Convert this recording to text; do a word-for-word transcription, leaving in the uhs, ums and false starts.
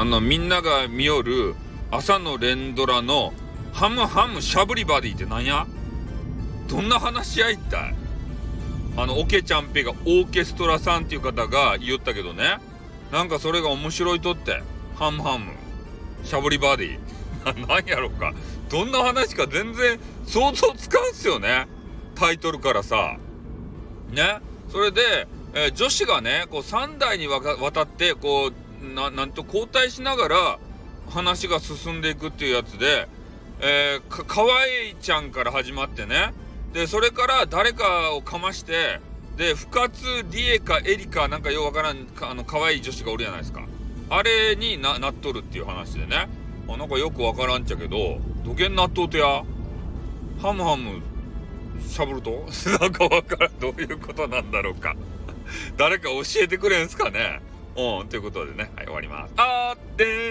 あのみんなが見よる朝の連ドラのハムハムしゃぶりバディってなんや？どんな話や一体？あのオケちゃんぺがオーケストラさんっていう方が言ったけどね、なんかそれが面白いとって、ハムハムしゃぶりバディなんやろか、どんな話か全然想像つかんすよね、タイトルからさね。それで、えー、女子がねこうさんだいにわたってこうななんと交代しながら話が進んでいくっていうやつで、えー、かかわいちゃんから始まってね、でそれから誰かをかまして、で深津理恵かエリかなんかようわからんかあの可愛い女子がおるじゃないですか。あれに な, なっとるっていう話でね、あなんかよくわからんちゃけど、どげんなっとうとやハムハムしゃぶるとなんかわからん、どういうことなんだろうか誰か教えてくれんすかね。うんということでね、はい、終わります。あーってー